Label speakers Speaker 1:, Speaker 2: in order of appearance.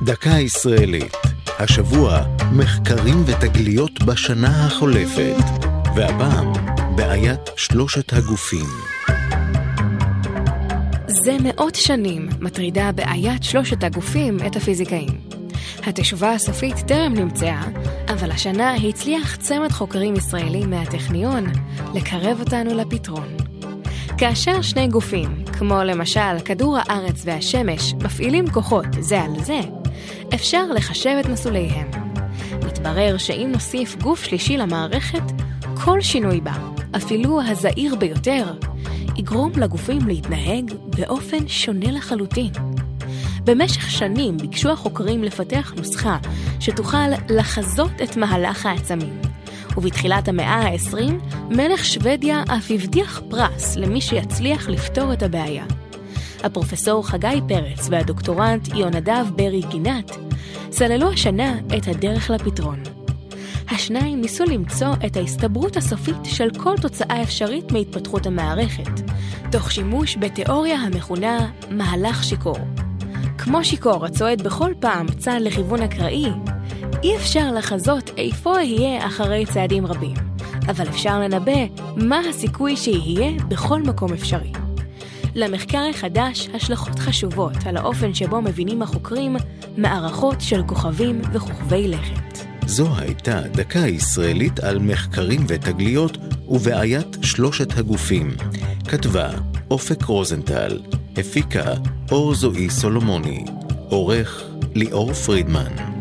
Speaker 1: דקה ישראלית. השבוע מחקרים ותגליות בשנה החולפת. והפעם בעיית שלושת הגופים.
Speaker 2: זה מאות שנים מטרידה בעיית שלושת הגופים את הפיזיקאים. התשובה הסופית טרם נמצאה, אבל השנה הצליח צמד חוקרים ישראלים מהטכניון לקרב אותנו לפתרון. כאשר שני גופים, כמו למשל כדור הארץ והשמש, מפעילים כוחות זה על זה, אפשר לחשב את מסלוליהם. מתברר שאם נוסיף גוף שלישי למערכת, כל שינוי בה, אפילו הזעיר ביותר, יגרום לגופים להתנהג באופן שונה לחלוטין. במשך שנים ביקשו החוקרים לפתח נוסחה שתוכל לחזות את מהלך העצמים. ובתחילת המאה ה-20, מלך שוודיה אף הבטיח פרס למי שיצליח לפתור את הבעיה. הפרופסור חגי פרץ והדוקטורנט יונדב ברי גינת סללו השנה את הדרך לפתרון. השניים ניסו למצוא את ההסתברות הסופית של כל תוצאה אפשרית מהתפתחות המערכת, תוך שימוש בתיאוריה המכונה מהלך שיכור. כמו שיכור הצועד בכל פעם צעד לכיוון אקראי, אי אפשר לחזות איפה יהיה אחרי צעדים רבים, אבל אפשר לנבא מה הסיכוי שיהיה בכל מקום אפשרי. למחקר החדש השלכות חשובות על האופן שבו מבינים החוקרים מערכות של כוכבים וכוכבי לכת.
Speaker 1: זו הייתה דקה ישראלית על מחקרים ותגליות ובעיית שלושת הגופים. כתבה אופק רוזנטל, הפיקה אור זועי סולומוני, עורך ליאור פרידמן.